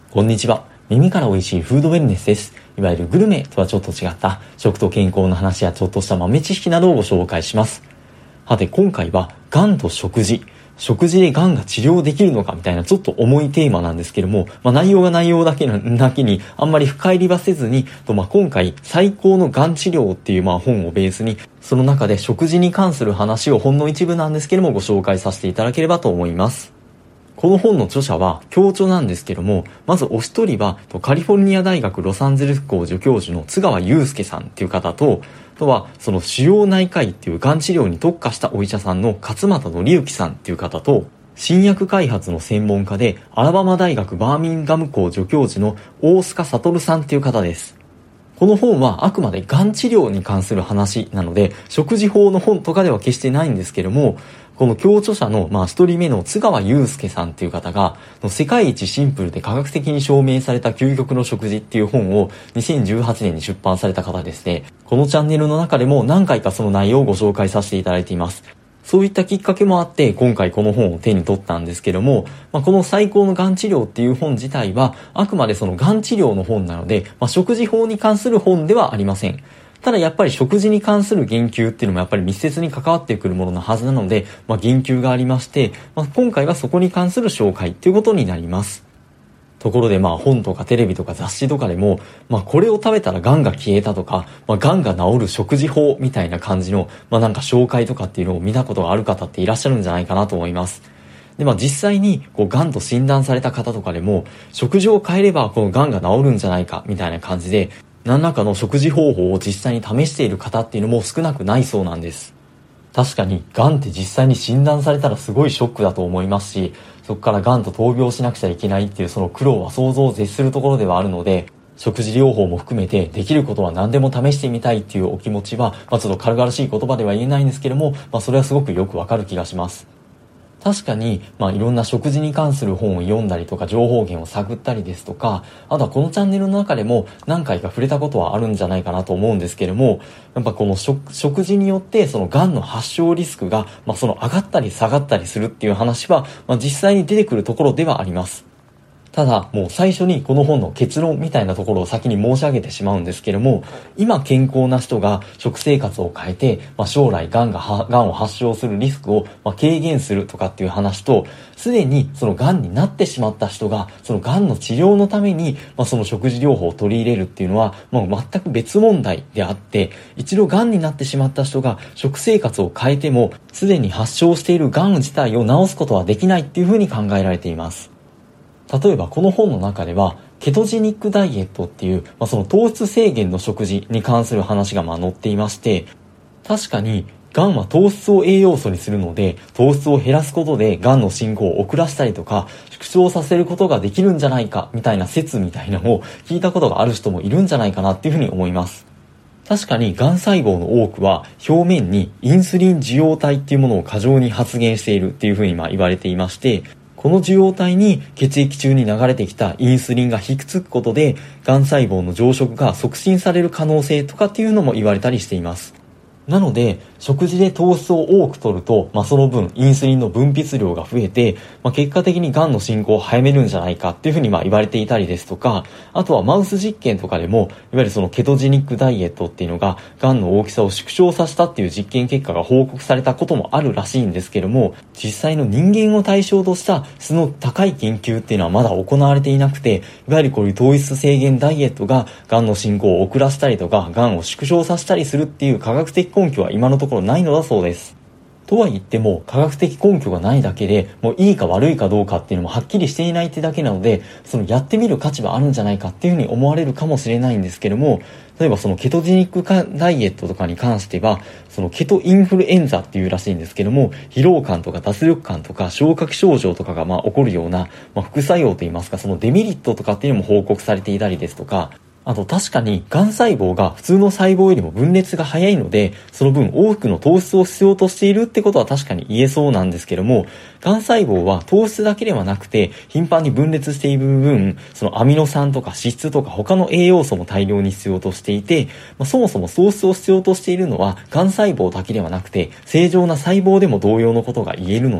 こんにちは。耳から美味しいフードウェルネスです。いわゆるグルメとはちょっと違った食と健康の話やちょっとした豆知識などをご紹介します。さて今回はがんと食事でがんが治療できるのかみたいなちょっと重いテーマなんですけども、内容が内容だけにあんまり深入りはせずに、今回最高のがん治療っていう本をベースに、その中で食事に関する話をほんの一部なんですけどもご紹介させていただければと思います。この本の著者は教著なんですけども、まずお一人はカリフォルニア大学ロサンゼルス校助教授の津川祐介さんっていう方と、あとはその腫瘍内科医っていうがん治療に特化したお医者さんの勝俣則之さんっていう方と、新薬開発の専門家でアラバマ大学バーミンガム校助教授の大須賀悟さんっていう方です。この本はあくまでがん治療に関する話なので、食事法の本とかでは決してないんですけども、この共著者の一人目の津川祐介さんっていう方が、世界一シンプルで科学的に証明された究極の食事っていう本を2018年に出版された方ですね。このチャンネルの中でも何回かその内容をご紹介させていただいています。そういったきっかけもあって今回この本を手に取ったんですけども、この最高のがん治療っていう本自体はあくまでそのがん治療の本なので、食事法に関する本ではありません。ただやっぱり食事に関する言及っていうのもやっぱり密接に関わってくるもののはずなので、言及がありまして、今回はそこに関する紹介っていうことになります。ところで本とかテレビとか雑誌とかでも、これを食べたら癌が消えたとか、癌が治る食事法みたいな感じの、なんか紹介とかっていうのを見たことがある方っていらっしゃるんじゃないかなと思います。で、実際に癌と診断された方とかでも、食事を変えればこの癌が治るんじゃないかみたいな感じで、何らかの食事方法を実際に試している方っていうのも少なくないそうなんです。確かに癌って実際に診断されたらすごいショックだと思いますし、そこから癌と闘病しなくちゃいけないっていうその苦労は想像を絶するところではあるので、食事療法も含めてできることは何でも試してみたいっていうお気持ちは、ちょっと軽々しい言葉では言えないんですけども、それはすごくよくわかる気がします。確かに、いろんな食事に関する本を読んだりとか情報源を探ったりですとか、あとはこのチャンネルの中でも何回か触れたことはあるんじゃないかなと思うんですけれども、やっぱこの食事によってその癌の発症リスクが、その上がったり下がったりするっていう話は、実際に出てくるところではあります。ただもう最初にこの本の結論みたいなところを先に申し上げてしまうんですけれども、今健康な人が食生活を変えて、将来癌を発症するリスクを軽減するとかっていう話と、すでにその癌になってしまった人がその癌の治療のためにその食事療法を取り入れるっていうのは全く別問題であって、一度癌になってしまった人が食生活を変えてもすでに発症している癌自体を治すことはできないっていうふうに考えられています。例えばこの本の中ではケトジニックダイエットっていう、その糖質制限の食事に関する話が載っていまして、確かに癌は糖質を栄養素にするので、糖質を減らすことで癌の進行を遅らせたりとか縮小させることができるんじゃないかみたいな説みたいなのを聞いたことがある人もいるんじゃないかなっていうふうに思います。確かに癌細胞の多くは表面にインスリン受容体っていうものを過剰に発現しているっていうふうに言われていまして、この受容体に血液中に流れてきたインスリンがひっつくことで、癌細胞の増殖が促進される可能性とかっていうのも言われたりしています。なので、食事で糖質を多く取ると、その分インスリンの分泌量が増えて、結果的に癌の進行を早めるんじゃないかっていうふうに言われていたりですとか、あとはマウス実験とかでも、いわゆるそのケトジニックダイエットっていうのが、癌の大きさを縮小させたっていう実験結果が報告されたこともあるらしいんですけども、実際の人間を対象とした質の高い研究っていうのはまだ行われていなくて、いわゆるこういう糖質制限ダイエットが癌の進行を遅らせたりとか、癌を縮小させたりするっていう科学的根拠は今のところないのだそうです。とは言っても科学的根拠がないだけで、もういいか悪いかどうかっていうのもはっきりしていないってだけなので、そのやってみる価値はあるんじゃないかっていうふうに思われるかもしれないんですけども、例えばそのケトジニックダイエットとかに関しては、そのケトインフルエンザっていうらしいんですけども、疲労感とか脱力感とか消化器症状とかが起こるような、副作用といいますか、そのデメリットとかっていうのも報告されていたりですとか、あと確かに癌細胞が普通の細胞よりも分裂が早いので、その分多くの糖質を必要としているってことは確かに言えそうなんですけども、癌細胞は糖質だけではなくて頻繁に分裂している分、そのアミノ酸とか脂質とか他の栄養素も大量に必要としていて、そもそも糖質を必要としているのは癌細胞だけではなくて正常な細胞でも同様のことが言えるので、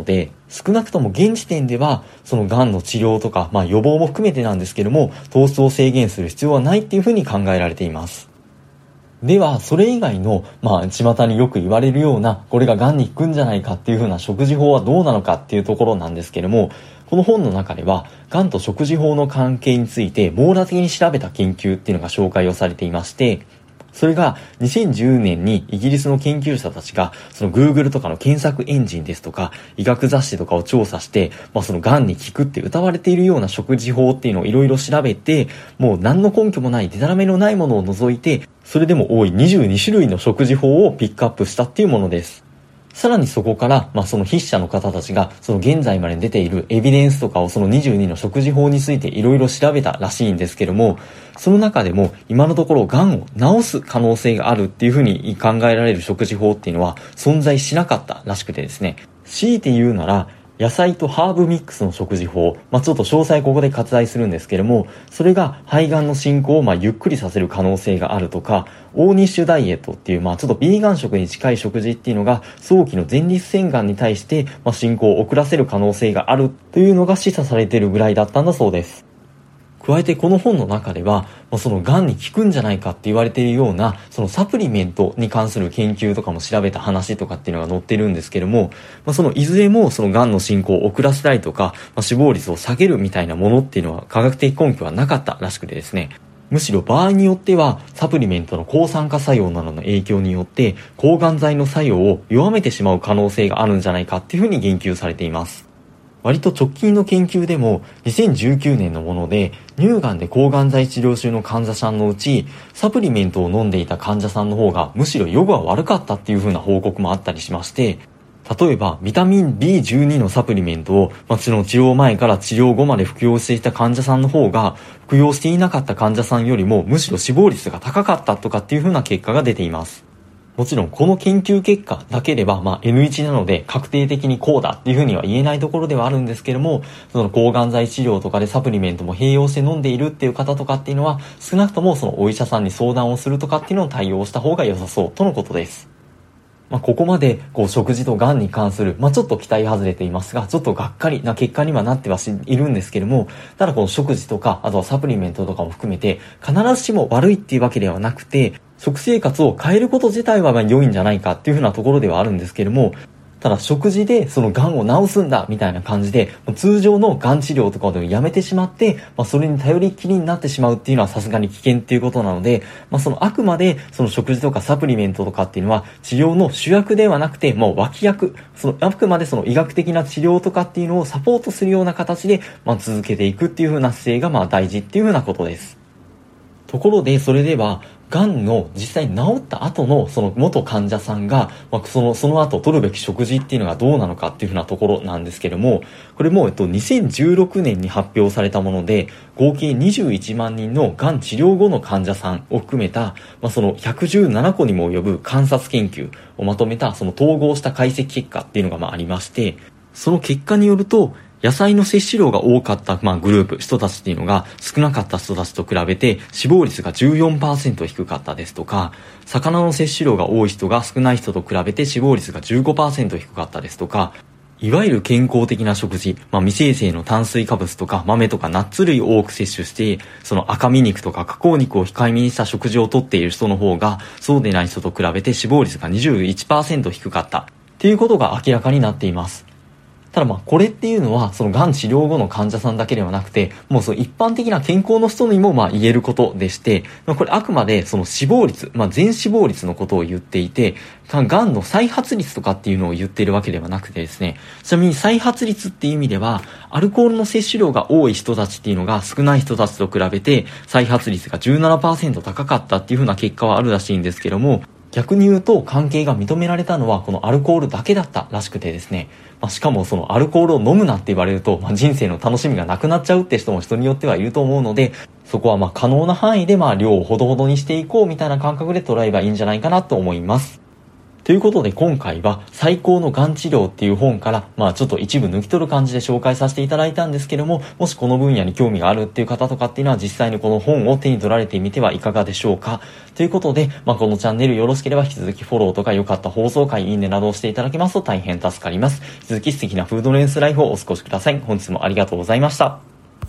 少なくとも現時点では、その癌の治療とか、予防も含めてなんですけども、糖質を制限する必要はないっていうふうに考えられています。では、それ以外の、巷によく言われるような、これが癌に効くんじゃないかっていう風な食事法はどうなのかっていうところなんですけども、この本の中では、癌と食事法の関係について網羅的に調べた研究っていうのが紹介をされていまして、それが2010年にイギリスの研究者たちがその Google とかの検索エンジンですとか医学雑誌とかを調査して、その癌に効くって謳われているような食事法っていうのをいろいろ調べて、もう何の根拠もないデタラメのないものを除いて、それでも多い22種類の食事法をピックアップしたっていうものです。さらにそこから、その筆者の方たちが、その現在まで出ているエビデンスとかをその22の食事法についていろいろ調べたらしいんですけども、その中でも今のところ癌を治す可能性があるっていうふうに考えられる食事法っていうのは存在しなかったらしくてですね、強いて言うなら、野菜とハーブミックスの食事法、ちょっと詳細ここで割愛するんですけども、それが肺がんの進行をゆっくりさせる可能性があるとか、オーニッシュダイエットっていう、ちょっとビーガン食に近い食事っていうのが早期の前立腺がんに対して、進行を遅らせる可能性があるというのが示唆されているぐらいだったんだそうです。加えてこの本の中では、その癌に効くんじゃないかって言われているような、そのサプリメントに関する研究とかも調べた話とかっていうのが載ってるんですけども、そのいずれもその癌の進行を遅らせたりとか、死亡率を下げるみたいなものっていうのは科学的根拠はなかったらしくてですね、むしろ場合によってはサプリメントの抗酸化作用などの影響によって抗がん剤の作用を弱めてしまう可能性があるんじゃないかっていうふうに言及されています。割と直近の研究でも2019年のもので乳がんで抗がん剤治療中の患者さんのうちサプリメントを飲んでいた患者さんの方がむしろ予後は悪かったっていう風な報告もあったりしまして、例えばビタミン B12 のサプリメントをその治療前から治療後まで服用していた患者さんの方が服用していなかった患者さんよりもむしろ死亡率が高かったとかっていう風な結果が出ています。もちろんこの研究結果だけではN1 なので確定的にこうだっていうふうには言えないところではあるんですけども、その抗がん剤治療とかでサプリメントも併用して飲んでいるっていう方とかっていうのは少なくともそのお医者さんに相談をするとかっていうのを対応した方が良さそうとのことです。ここまで食事と癌に関するちょっと期待外れていますがちょっとがっかりな結果にはなってはいるんですけども、ただこの食事とかあとはサプリメントとかも含めて必ずしも悪いっていうわけではなくて、食生活を変えること自体は良いんじゃないかっていうふうなところではあるんですけども、ただ食事でその癌を治すんだみたいな感じで通常の癌治療とかでもやめてしまって、それに頼りっきりになってしまうっていうのはさすがに危険っていうことなので、そのあくまでその食事とかサプリメントとかっていうのは治療の主役ではなくて脇役、そのあくまでその医学的な治療とかっていうのをサポートするような形で続けていくっていう風な姿勢が大事っていう風なことです。ところでそれでは癌の実際に治った後のその元患者さんが、その後取るべき食事っていうのがどうなのかっていうふうなところなんですけれども、これも2016年に発表されたもので、合計21万人の癌治療後の患者さんを含めた、その117個にも及ぶ観察研究をまとめたその統合した解析結果っていうのがありまして、その結果によると、野菜の摂取量が多かったグループ、人たちっていうのが少なかった人たちと比べて死亡率が 14% 低かったですとか、魚の摂取量が多い人が少ない人と比べて死亡率が 15% 低かったですとか、いわゆる健康的な食事、未生成の炭水化物とか豆とかナッツ類を多く摂取して、その赤身肉とか加工肉を控えめにした食事をとっている人の方が、そうでない人と比べて死亡率が 21% 低かったっていうことが明らかになっています。ただこれっていうのはその癌治療後の患者さんだけではなくて、もうその一般的な健康の人にも言えることでして、これあくまでその死亡率、全死亡率のことを言っていて、癌の再発率とかっていうのを言っているわけではなくてですね、ちなみに再発率っていう意味では、アルコールの摂取量が多い人たちっていうのが少ない人たちと比べて再発率が 17% 高かったっていう風な結果はあるらしいんですけども、逆に言うと関係が認められたのはこのアルコールだけだったらしくてですね、しかもそのアルコールを飲むなって言われると、人生の楽しみがなくなっちゃうって人も人によってはいると思うので、そこは可能な範囲で量をほどほどにしていこうみたいな感覚で捉えばいいんじゃないかなと思います。っということで今回は最高のがん治療っていう本からちょっと一部抜き取る感じで紹介させていただいたんですけども、もしこの分野に興味があるっていう方とかっていうのは実際にこの本を手に取られてみてはいかがでしょうか。ということで、このチャンネルよろしければ引き続きフォローとか良かった放送回、いいねなどをしていただけますと大変助かります。引き続き素敵なフードレンスライフをお過ごしください。本日もありがとうございました。